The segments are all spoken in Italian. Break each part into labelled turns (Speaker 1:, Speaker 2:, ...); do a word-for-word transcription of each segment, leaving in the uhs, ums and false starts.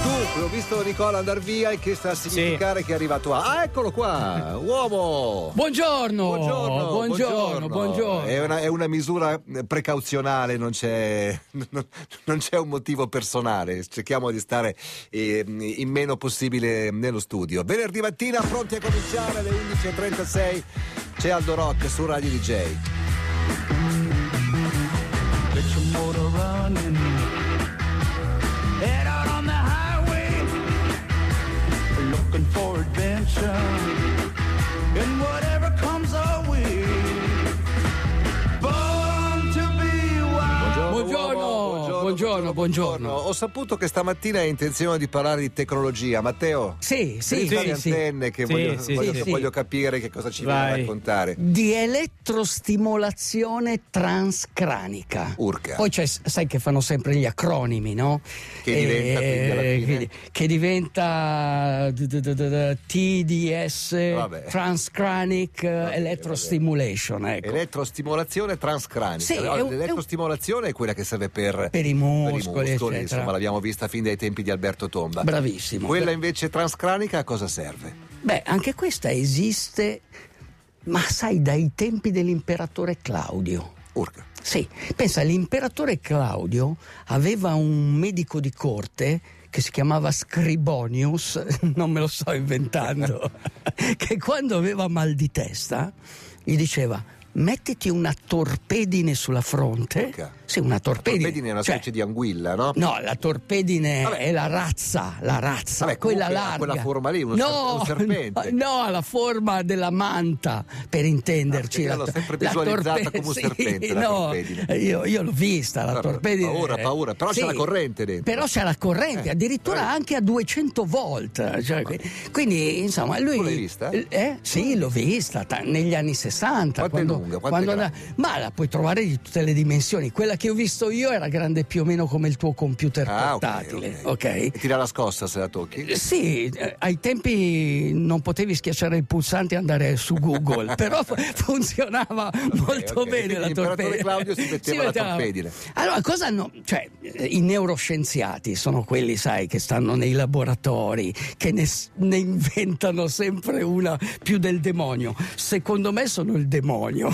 Speaker 1: Tu, ho visto Nicola andare via e che sta a significare sì. che è arrivato a... Ah, eccolo qua, uomo!
Speaker 2: Buongiorno!
Speaker 1: Buongiorno,
Speaker 2: buorno, buongiorno.
Speaker 1: È una, è una misura precauzionale, non c'è, non c'è un motivo personale. Cerchiamo di stare eh, in meno possibile nello studio. Venerdì mattina, pronti a cominciare alle undici e trentasei, c'è Aldo Rock su Radio D J.
Speaker 3: Get your motor running. Head out on the highway, looking for adventure, and whatever comes our way. Born to be wild.
Speaker 2: Buongiorno, buongiorno, buongiorno.
Speaker 1: Ho saputo che stamattina hai intenzione di parlare di tecnologia, Matteo.
Speaker 2: Sì, sì,
Speaker 1: sì,
Speaker 2: sì,
Speaker 1: le
Speaker 2: sì.
Speaker 1: antenne che
Speaker 2: Sì,
Speaker 1: voglio,
Speaker 2: sì,
Speaker 1: voglio,
Speaker 2: sì,
Speaker 1: voglio
Speaker 2: sì.
Speaker 1: capire che cosa ci
Speaker 2: Vai.
Speaker 1: viene a raccontare.
Speaker 2: Di elettrostimolazione transcranica.
Speaker 1: Urca.
Speaker 2: Poi c'è, sai che fanno sempre gli acronimi, no?
Speaker 1: Che diventa quindi alla fine?
Speaker 2: Che, che diventa d- d- d- d- T D S,
Speaker 1: Vabbè.
Speaker 2: Transcranic
Speaker 1: Vabbè,
Speaker 2: Electrostimulation. Ecco.
Speaker 1: Elettrostimolazione transcranica.
Speaker 2: Sì,
Speaker 1: Allora,
Speaker 2: è un-
Speaker 1: l'elettrostimolazione è quella che serve per,
Speaker 2: Per i muscoli, eccetera.
Speaker 1: insomma, l'abbiamo vista fin dai tempi di Alberto Tomba.
Speaker 2: Bravissimo.
Speaker 1: Quella invece transcranica a cosa serve?
Speaker 2: Beh, anche questa esiste, ma sai, dai tempi dell'imperatore Claudio.
Speaker 1: Urca.
Speaker 2: Sì, pensa, l'imperatore Claudio aveva un medico di corte che si chiamava Scribonius, non me lo sto inventando, che quando aveva mal di testa gli diceva: mettiti una torpedine sulla fronte.
Speaker 1: Urca.
Speaker 2: Sì, una
Speaker 1: La
Speaker 2: torpedine.
Speaker 1: torpedine è una
Speaker 2: Cioè,
Speaker 1: specie di anguilla, no?
Speaker 2: no, la torpedine
Speaker 1: Vabbè.
Speaker 2: è la razza, la razza,
Speaker 1: Vabbè,
Speaker 2: quella
Speaker 1: comunque ha
Speaker 2: larga.
Speaker 1: quella forma lì, uno
Speaker 2: no,
Speaker 1: ser- un serpente.
Speaker 2: No, no, ha la forma della manta, per intenderci.
Speaker 1: Ah,
Speaker 2: la,
Speaker 1: l'ho sempre
Speaker 2: la
Speaker 1: visualizzata
Speaker 2: torpe-
Speaker 1: come un
Speaker 2: sì,
Speaker 1: serpente, la
Speaker 2: no,
Speaker 1: torpedine.
Speaker 2: Io, io l'ho vista, la
Speaker 1: Guarda,
Speaker 2: torpedine.
Speaker 1: paura, paura, però c'è la corrente dentro.
Speaker 2: Però c'è la corrente,
Speaker 1: Eh,
Speaker 2: addirittura
Speaker 1: prego.
Speaker 2: anche a duecento volt. Cioè, quindi, insomma, lui...
Speaker 1: Tu l'hai vista?
Speaker 2: Eh? Sì, l'ho vista ta- negli anni sessanta.
Speaker 1: Quanto è
Speaker 2: quando,
Speaker 1: lunga? Quanto
Speaker 2: quando
Speaker 1: è
Speaker 2: andava- ma la puoi trovare di tutte le dimensioni. Quella che ho visto io era grande più o meno come il tuo computer
Speaker 1: Ah, ok,
Speaker 2: portatile,
Speaker 1: ok.
Speaker 2: ok?
Speaker 1: E ti dà la scossa se la tocchi?
Speaker 2: Sì, eh, ai tempi non potevi schiacciare il pulsante e andare su Google, però fu- funzionava molto
Speaker 1: ok.
Speaker 2: bene
Speaker 1: Quindi
Speaker 2: la
Speaker 1: l'imperatore
Speaker 2: torpedine.
Speaker 1: Claudio si metteva la torpedine.
Speaker 2: Allora, cosa hanno? Cioè, eh, i neuroscienziati sono quelli, sai, che stanno nei laboratori, che ne, s- ne inventano sempre una più del demonio. Secondo me sono il demonio.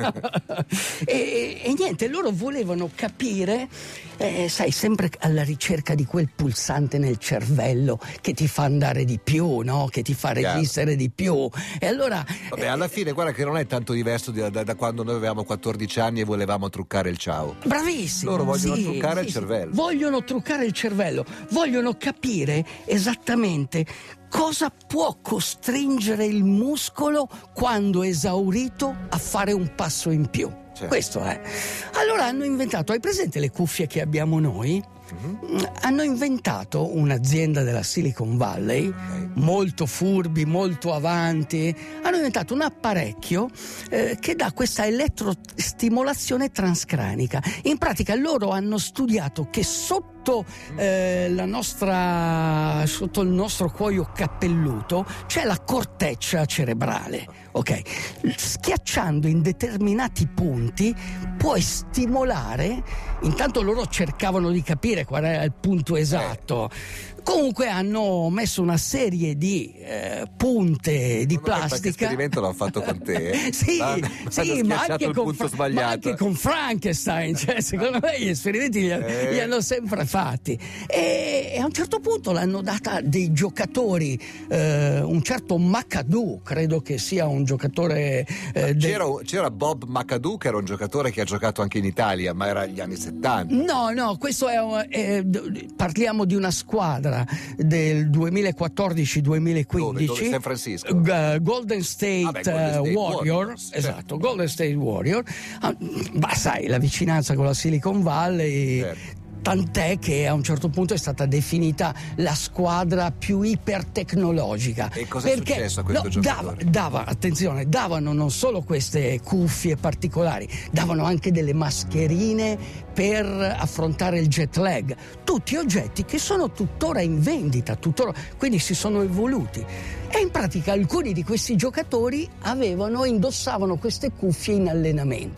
Speaker 2: e, e niente, loro volevano capire, eh, sai, sempre alla ricerca di quel pulsante nel cervello che ti fa andare di più, no? Che ti fa
Speaker 1: Chiaro.
Speaker 2: resistere di più. E allora...
Speaker 1: Vabbè, alla fine guarda che non è tanto diverso da, da- da quando noi avevamo quattordici anni e volevamo truccare il ciao.
Speaker 2: Bravissimo.
Speaker 1: Loro vogliono
Speaker 2: sì,
Speaker 1: truccare
Speaker 2: sì,
Speaker 1: il
Speaker 2: sì.
Speaker 1: cervello.
Speaker 2: Vogliono truccare il cervello, vogliono capire esattamente cosa può costringere il muscolo quando esaurito a fare un passo in più.
Speaker 1: Certo.
Speaker 2: Questo è. Allora hanno inventato, hai presente le cuffie che abbiamo noi?
Speaker 1: Mhm.
Speaker 2: Hanno inventato un'azienda della Silicon Valley,
Speaker 1: Ok.
Speaker 2: molto furbi, molto avanti, hanno inventato un apparecchio eh, che dà questa elettrostimolazione transcranica. In pratica loro hanno studiato che sotto eh, la nostra, sotto il nostro cuoio capelluto c'è la corteccia cerebrale, ok? Schiacciando in determinati punti puoi stimolare. Intanto loro cercavano di capire qual era il punto esatto. Comunque hanno messo una serie di eh, punte di
Speaker 1: Secondo me qualche
Speaker 2: plastica.
Speaker 1: esperimento l'hanno fatto con te, eh?
Speaker 2: sì,
Speaker 1: L'hanno-
Speaker 2: sì,
Speaker 1: hanno
Speaker 2: ma
Speaker 1: schiacciato
Speaker 2: anche,
Speaker 1: il
Speaker 2: con,
Speaker 1: punto
Speaker 2: Fra-
Speaker 1: sbagliato.
Speaker 2: ma anche con Frankenstein, cioè, secondo me gli esperimenti li,
Speaker 1: Eh.
Speaker 2: li hanno sempre fatti. E, e a un certo punto l'hanno data dei giocatori, eh, un certo McAdoo, credo che sia un giocatore eh, de-
Speaker 1: C'era, c'era Bob McAdoo che era un giocatore che ha giocato anche in Italia, ma era gli anni settanta.
Speaker 2: No, no, questo è, un- è- d- parliamo di una squadra del duemilaquattordici duemilaquindici.
Speaker 1: Dove? Dove? San Francisco?
Speaker 2: G- Golden State,
Speaker 1: Vabbè, Golden
Speaker 2: eh,
Speaker 1: State
Speaker 2: Warrior,
Speaker 1: Warriors,
Speaker 2: esatto,
Speaker 1: certo.
Speaker 2: Golden State Warrior. Ah, ma sai, la vicinanza con la Silicon Valley.
Speaker 1: Certo.
Speaker 2: Tant'è che a un certo punto è stata definita la squadra più ipertecnologica.
Speaker 1: E cosa è
Speaker 2: Perché,
Speaker 1: successo a questo
Speaker 2: no,
Speaker 1: giocatore?
Speaker 2: Dava, dava, attenzione, davano non solo queste cuffie particolari, davano anche delle mascherine per affrontare il jet lag. Tutti oggetti che sono tuttora in vendita, tuttora, quindi si sono evoluti. E in pratica alcuni di questi giocatori avevano, indossavano queste cuffie in allenamento.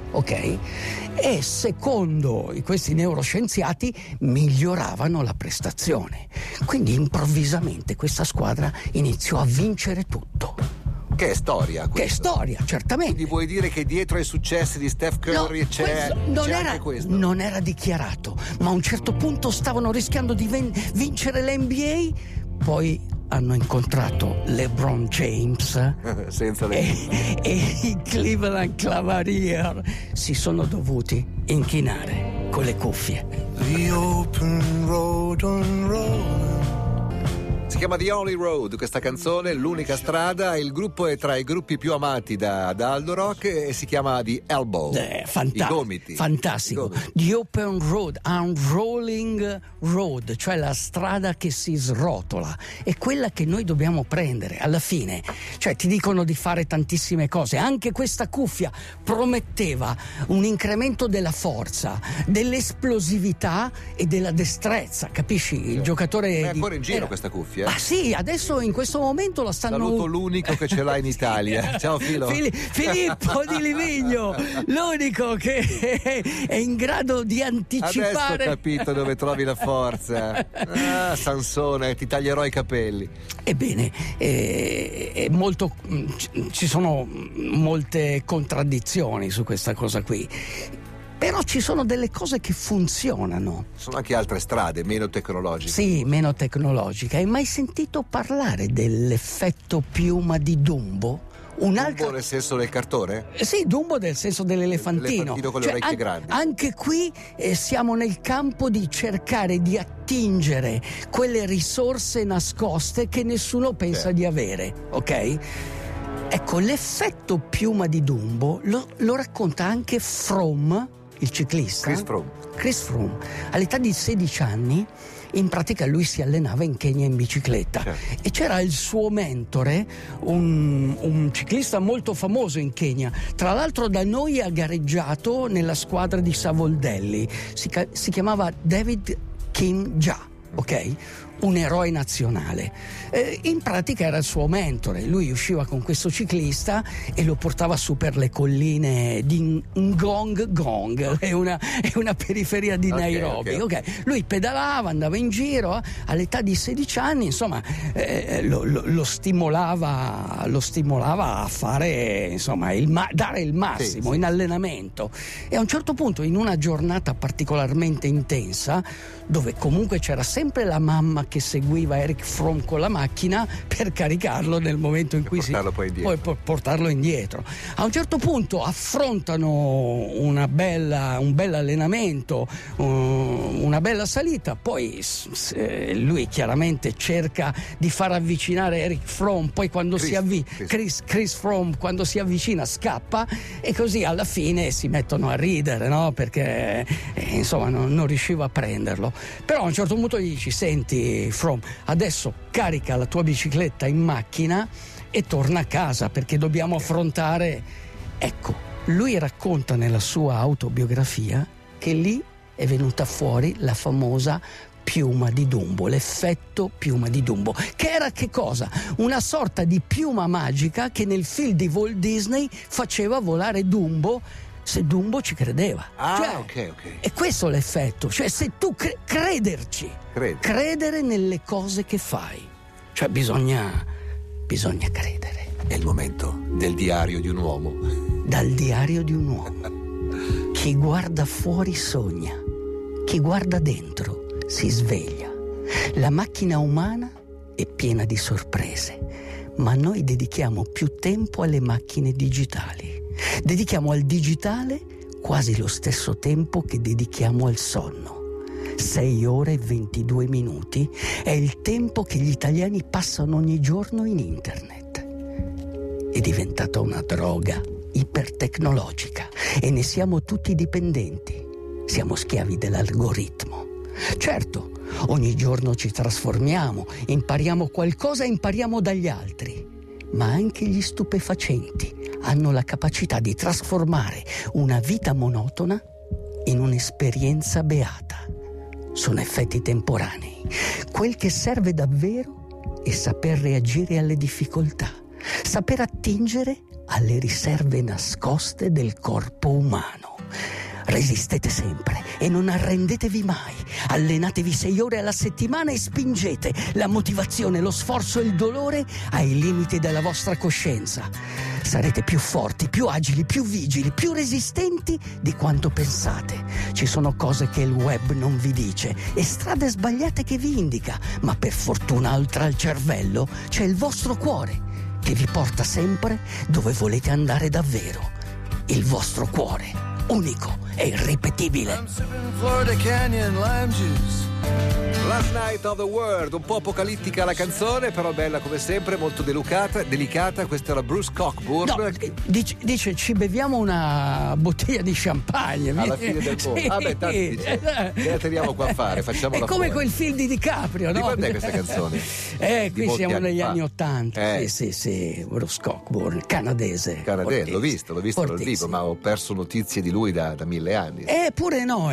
Speaker 2: ok? E secondo questi neuroscienziati miglioravano la prestazione. Quindi improvvisamente questa squadra iniziò a vincere tutto.
Speaker 1: Che è storia questa.
Speaker 2: Che è storia, certamente.
Speaker 1: Quindi vuoi dire che dietro ai successi di Steph Curry
Speaker 2: No,
Speaker 1: c'è,
Speaker 2: questo non
Speaker 1: c'è
Speaker 2: era,
Speaker 1: anche questo?
Speaker 2: non era dichiarato, ma a un certo punto stavano rischiando di ven- vincere l'N B A, poi hanno incontrato LeBron James
Speaker 1: Senza le...
Speaker 2: e, e i Cleveland Cavaliers si sono dovuti inchinare con le cuffie.
Speaker 4: The open road unrolling.
Speaker 1: Si chiama The Only Road questa canzone, l'unica strada. Il gruppo è tra i gruppi più amati da, da Aldo Rock e si chiama The Elbow.
Speaker 2: Eh, fanta-
Speaker 1: I gomiti.
Speaker 2: Fantastico.
Speaker 1: I gomiti.
Speaker 2: The Open Road, Unrolling Road, cioè la strada che si srotola, è quella che noi dobbiamo prendere alla fine. Cioè ti dicono di fare tantissime cose, anche questa cuffia prometteva un incremento della forza, dell'esplosività e della destrezza, capisci? Il
Speaker 1: Sì.
Speaker 2: giocatore
Speaker 1: È ancora
Speaker 2: di...
Speaker 1: in giro
Speaker 2: era...
Speaker 1: questa cuffia?
Speaker 2: Ah sì, adesso in questo momento la stanno...
Speaker 1: Saluto l'unico che ce l'ha in Italia. Ciao Filo.
Speaker 2: Fili- Filippo di Livigno, l'unico che è in grado di anticipare.
Speaker 1: Adesso ho capito dove trovi la forza. Ah, Sansone, ti taglierò i capelli.
Speaker 2: Ebbene, eh, è molto, ci sono molte contraddizioni su questa cosa qui. Però ci sono delle cose che funzionano.
Speaker 1: Sono anche altre strade, meno tecnologiche.
Speaker 2: Sì, meno tecnologiche. Hai mai sentito parlare dell'effetto piuma di Dumbo? Un'altra...
Speaker 1: Dumbo nel senso del cartone?
Speaker 2: Sì, Dumbo nel senso dell'elefantino.
Speaker 1: L'elefantino con le
Speaker 2: Cioè,
Speaker 1: orecchie
Speaker 2: an-
Speaker 1: grandi.
Speaker 2: Anche qui eh, siamo nel campo di cercare di attingere quelle risorse nascoste che nessuno pensa
Speaker 1: Certo.
Speaker 2: di avere, ok? Ecco, l'effetto piuma di Dumbo lo, lo racconta anche Froome, il ciclista.
Speaker 1: Chris Froome.
Speaker 2: Chris Froome. All'età di sedici anni, in pratica lui si allenava in Kenya in bicicletta.
Speaker 1: Certo.
Speaker 2: E c'era il suo mentore, un, un ciclista molto famoso in Kenya. Tra l'altro da noi ha gareggiato nella squadra di Savoldelli. Si, ca- si chiamava David Kim-ja, ok? Un eroe nazionale. Eh, in pratica era il suo mentore. Lui usciva con questo ciclista e lo portava su per le colline di Ngong Gong, è una, è una periferia di
Speaker 1: Okay,
Speaker 2: Nairobi.
Speaker 1: okay.
Speaker 2: Ok, lui pedalava, andava in giro, eh, all'età di sedici anni, insomma, eh, lo, lo, lo stimolava, lo stimolava a fare, insomma, il ma- dare il massimo
Speaker 1: Sì, sì.
Speaker 2: in allenamento. E a un certo punto, in una giornata particolarmente intensa, dove comunque c'era sempre la mamma che seguiva Eric Froome con la macchina per caricarlo nel momento in
Speaker 1: Per
Speaker 2: cui si
Speaker 1: portarlo poi indietro.
Speaker 2: poi po- portarlo indietro. A un certo punto affrontano una bella, un bel allenamento, um, una bella salita, poi s- s- eh, lui chiaramente cerca di far avvicinare Eric Froome, poi quando
Speaker 1: Chris,
Speaker 2: si avvi-
Speaker 1: Chris.
Speaker 2: Chris, Chris Froome quando si avvicina scappa e così alla fine si mettono a ridere, no? Perché eh, insomma non, non riusciva a prenderlo. Però a un certo punto gli dici: senti Froome, adesso carica la tua bicicletta in macchina e torna a casa perché dobbiamo affrontare. Ecco, lui racconta nella sua autobiografia che lì è venuta fuori la famosa piuma di Dumbo, l'effetto piuma di Dumbo, che era che cosa? Una sorta di piuma magica che nel film di Walt Disney faceva volare Dumbo se Dumbo ci credeva.
Speaker 1: Ah,
Speaker 2: Cioè,
Speaker 1: ok, ok.
Speaker 2: è questo l'effetto, cioè se tu cre- crederci,
Speaker 1: Credi.
Speaker 2: credere nelle cose che fai, cioè bisogna, bisogna credere.
Speaker 1: È il momento del diario di un uomo.
Speaker 2: Dal diario di un uomo. Chi guarda fuori sogna, chi guarda dentro si sveglia. La macchina umana è piena di sorprese, ma noi dedichiamo più tempo alle macchine digitali. Dedichiamo al digitale quasi lo stesso tempo che dedichiamo al sonno. sei ore e ventidue minuti è il tempo che gli italiani passano ogni giorno in internet. È diventata una droga ipertecnologica e ne siamo tutti dipendenti. Siamo schiavi dell'algoritmo. Certo, ogni giorno ci trasformiamo, impariamo qualcosa e impariamo dagli altri, ma anche gli stupefacenti hanno la capacità di trasformare una vita monotona in un'esperienza beata. Sono effetti temporanei. Quel che serve davvero è saper reagire alle difficoltà, saper attingere alle riserve nascoste del corpo umano. Resistete sempre e non arrendetevi mai. Allenatevi sei ore alla settimana e spingete la motivazione, lo sforzo e il dolore ai limiti della vostra coscienza. Sarete più forti, più agili, più vigili, più resistenti di quanto pensate. Ci sono cose che il web non vi dice e strade sbagliate che vi indica, ma per fortuna oltre al cervello c'è il vostro cuore che vi porta sempre dove volete andare davvero. Il vostro cuore, unico e irripetibile.
Speaker 4: I'm sipping Florida Canyon lime juice.
Speaker 1: Last Night of the World, un po' apocalittica la canzone, però bella come sempre, molto delicata, delicata. Questa era Bruce Cockburn.
Speaker 2: No, dice, dice ci beviamo una bottiglia di champagne
Speaker 1: alla fine del mondo.
Speaker 2: Sì.
Speaker 1: Ah beh, tanto dice, che la teniamo qua a fare, facciamola
Speaker 2: è come
Speaker 1: fuori.
Speaker 2: quel film di DiCaprio, no?
Speaker 1: Di quando è questa canzone?
Speaker 2: Eh,
Speaker 1: Di
Speaker 2: qui
Speaker 1: molti
Speaker 2: siamo
Speaker 1: anni
Speaker 2: negli
Speaker 1: fa.
Speaker 2: anni Ottanta.
Speaker 1: Eh.
Speaker 2: Sì, sì, sì, Bruce Cockburn, canadese.
Speaker 1: Canadese, l'ho visto, l'ho visto nel
Speaker 2: Fortissimo.
Speaker 1: vivo, ma ho perso notizie di lui da, da mille anni.
Speaker 2: Eppure no,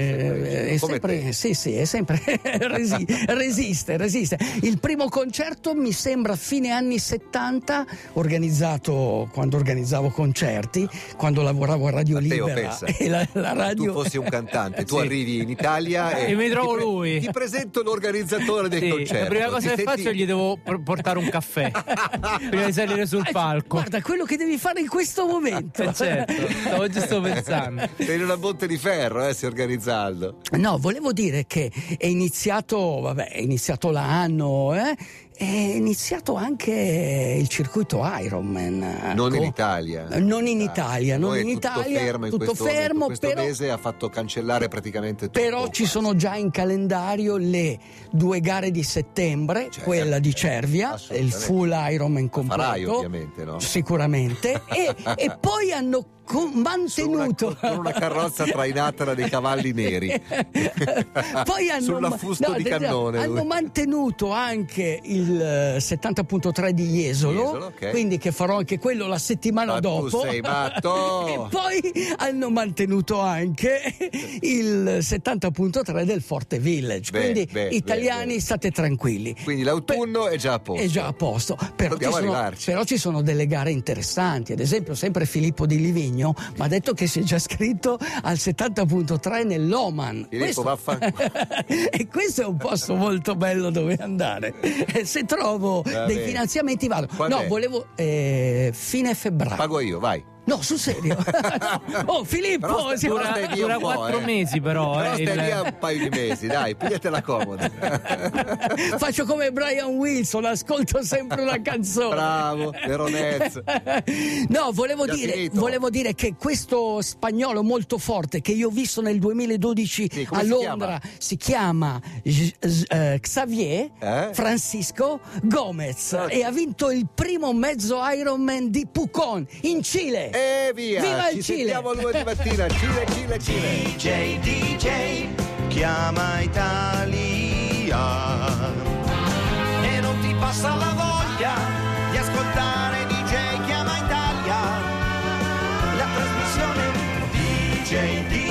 Speaker 2: è, è
Speaker 1: come
Speaker 2: sempre,
Speaker 1: te.
Speaker 2: sì, sì, è sempre resi- resiste, resiste. Il primo concerto mi sembra fine anni settanta, organizzato quando organizzavo concerti, quando lavoravo a Radio
Speaker 1: Matteo,
Speaker 2: Libera
Speaker 1: pensa,
Speaker 2: e la, la radio.
Speaker 1: tu fossi un cantante, tu
Speaker 2: Sì.
Speaker 1: arrivi in Italia e,
Speaker 5: E mi trovo
Speaker 1: ti pre-
Speaker 5: lui.
Speaker 1: Ti presento l'organizzatore del
Speaker 5: Sì,
Speaker 1: concerto.
Speaker 5: la prima cosa
Speaker 1: Ti
Speaker 5: che
Speaker 1: senti-
Speaker 5: faccio è gli devo por- portare un caffè prima di salire sul
Speaker 2: Eh,
Speaker 5: palco.
Speaker 2: Guarda, quello che devi fare in questo momento.
Speaker 5: Eh, certo, stavo giusto pensando.
Speaker 1: Sei in una botte di ferro, eh, si organizza Aldo.
Speaker 2: No, volevo dire che è iniziato, vabbè, è iniziato l'anno, eh? È iniziato anche il circuito Ironman.
Speaker 1: Non in
Speaker 2: ecco.
Speaker 1: Italia.
Speaker 2: Non in Italia, non
Speaker 1: Noi
Speaker 2: in
Speaker 1: tutto
Speaker 2: Italia.
Speaker 1: fermo in
Speaker 2: tutto
Speaker 1: questo,
Speaker 2: fermo,
Speaker 1: questo
Speaker 2: però,
Speaker 1: mese ha fatto cancellare praticamente tutto.
Speaker 2: però ci sono già in calendario le due gare di settembre,
Speaker 1: Certo,
Speaker 2: quella di Cervia, il
Speaker 1: assolutamente.
Speaker 2: full Ironman completo.
Speaker 1: Farai ovviamente, no?
Speaker 2: Sicuramente. e, e poi hanno con-
Speaker 1: Su una,
Speaker 2: mantenuto
Speaker 1: con una carrozza trainata da dei cavalli neri.
Speaker 2: Poi hanno
Speaker 1: Sulla
Speaker 2: ma-
Speaker 1: fusto
Speaker 2: no,
Speaker 1: di
Speaker 2: de-
Speaker 1: cannone.
Speaker 2: hanno
Speaker 1: lui.
Speaker 2: mantenuto anche il eh, settanta punto tre di Jesolo,
Speaker 1: Jesolo, ok.
Speaker 2: quindi che farò anche quello la settimana
Speaker 1: Ma tu
Speaker 2: dopo.
Speaker 1: sei matto!
Speaker 2: E poi hanno mantenuto anche il settanta punto tre del Forte Village.
Speaker 1: Beh,
Speaker 2: quindi
Speaker 1: beh,
Speaker 2: italiani,
Speaker 1: beh, beh.
Speaker 2: state tranquilli.
Speaker 1: Quindi l'autunno è già a posto.
Speaker 2: È già a posto, però ci,
Speaker 1: Dobbiamo
Speaker 2: sono,
Speaker 1: arrivarci.
Speaker 2: però ci sono delle gare interessanti. Ad esempio, sempre Filippo di Livigno mi ha detto che si è già iscritto al settanta punto tre nell'Oman.
Speaker 1: Filippo, vaffanculo.
Speaker 2: E questo è un posto molto bello dove andare. E se trovo
Speaker 1: Va
Speaker 2: dei
Speaker 1: bene.
Speaker 2: finanziamenti vado.
Speaker 1: Quando
Speaker 2: no,
Speaker 1: è?
Speaker 2: volevo eh, fine febbraio.
Speaker 1: Pago io, vai.
Speaker 2: No, sul serio. Oh, Filippo,
Speaker 1: Però sta-
Speaker 2: siamo-
Speaker 1: però
Speaker 5: Dura,
Speaker 1: stai via
Speaker 5: dura
Speaker 1: un po',
Speaker 5: quattro
Speaker 1: eh.
Speaker 5: mesi però.
Speaker 1: Però
Speaker 5: eh,
Speaker 1: stai
Speaker 5: il-
Speaker 1: via un paio di mesi, dai, pigliatela comoda.
Speaker 2: faccio come Brian Wilson, ascolto sempre una canzone.
Speaker 1: Bravo, Veronez.
Speaker 2: No, volevo
Speaker 1: Già
Speaker 2: dire,
Speaker 1: finito.
Speaker 2: volevo dire che questo spagnolo molto forte che io ho visto nel duemiladodici
Speaker 1: Sì, come
Speaker 2: a
Speaker 1: si
Speaker 2: Londra si chiama J- J- eh, Xavier
Speaker 1: Eh?
Speaker 2: Francisco Gomez e ha vinto il primo mezzo Ironman di Pucón in Cile.
Speaker 1: E via,
Speaker 2: Viva il
Speaker 1: ci
Speaker 2: Cile!
Speaker 1: sentiamo lunedì mattina. Cile, Cile, Cile.
Speaker 4: D J, D J, chiama Italia. E non ti passa la voglia di ascoltare D J Chiama Italia. La trasmissione D J, D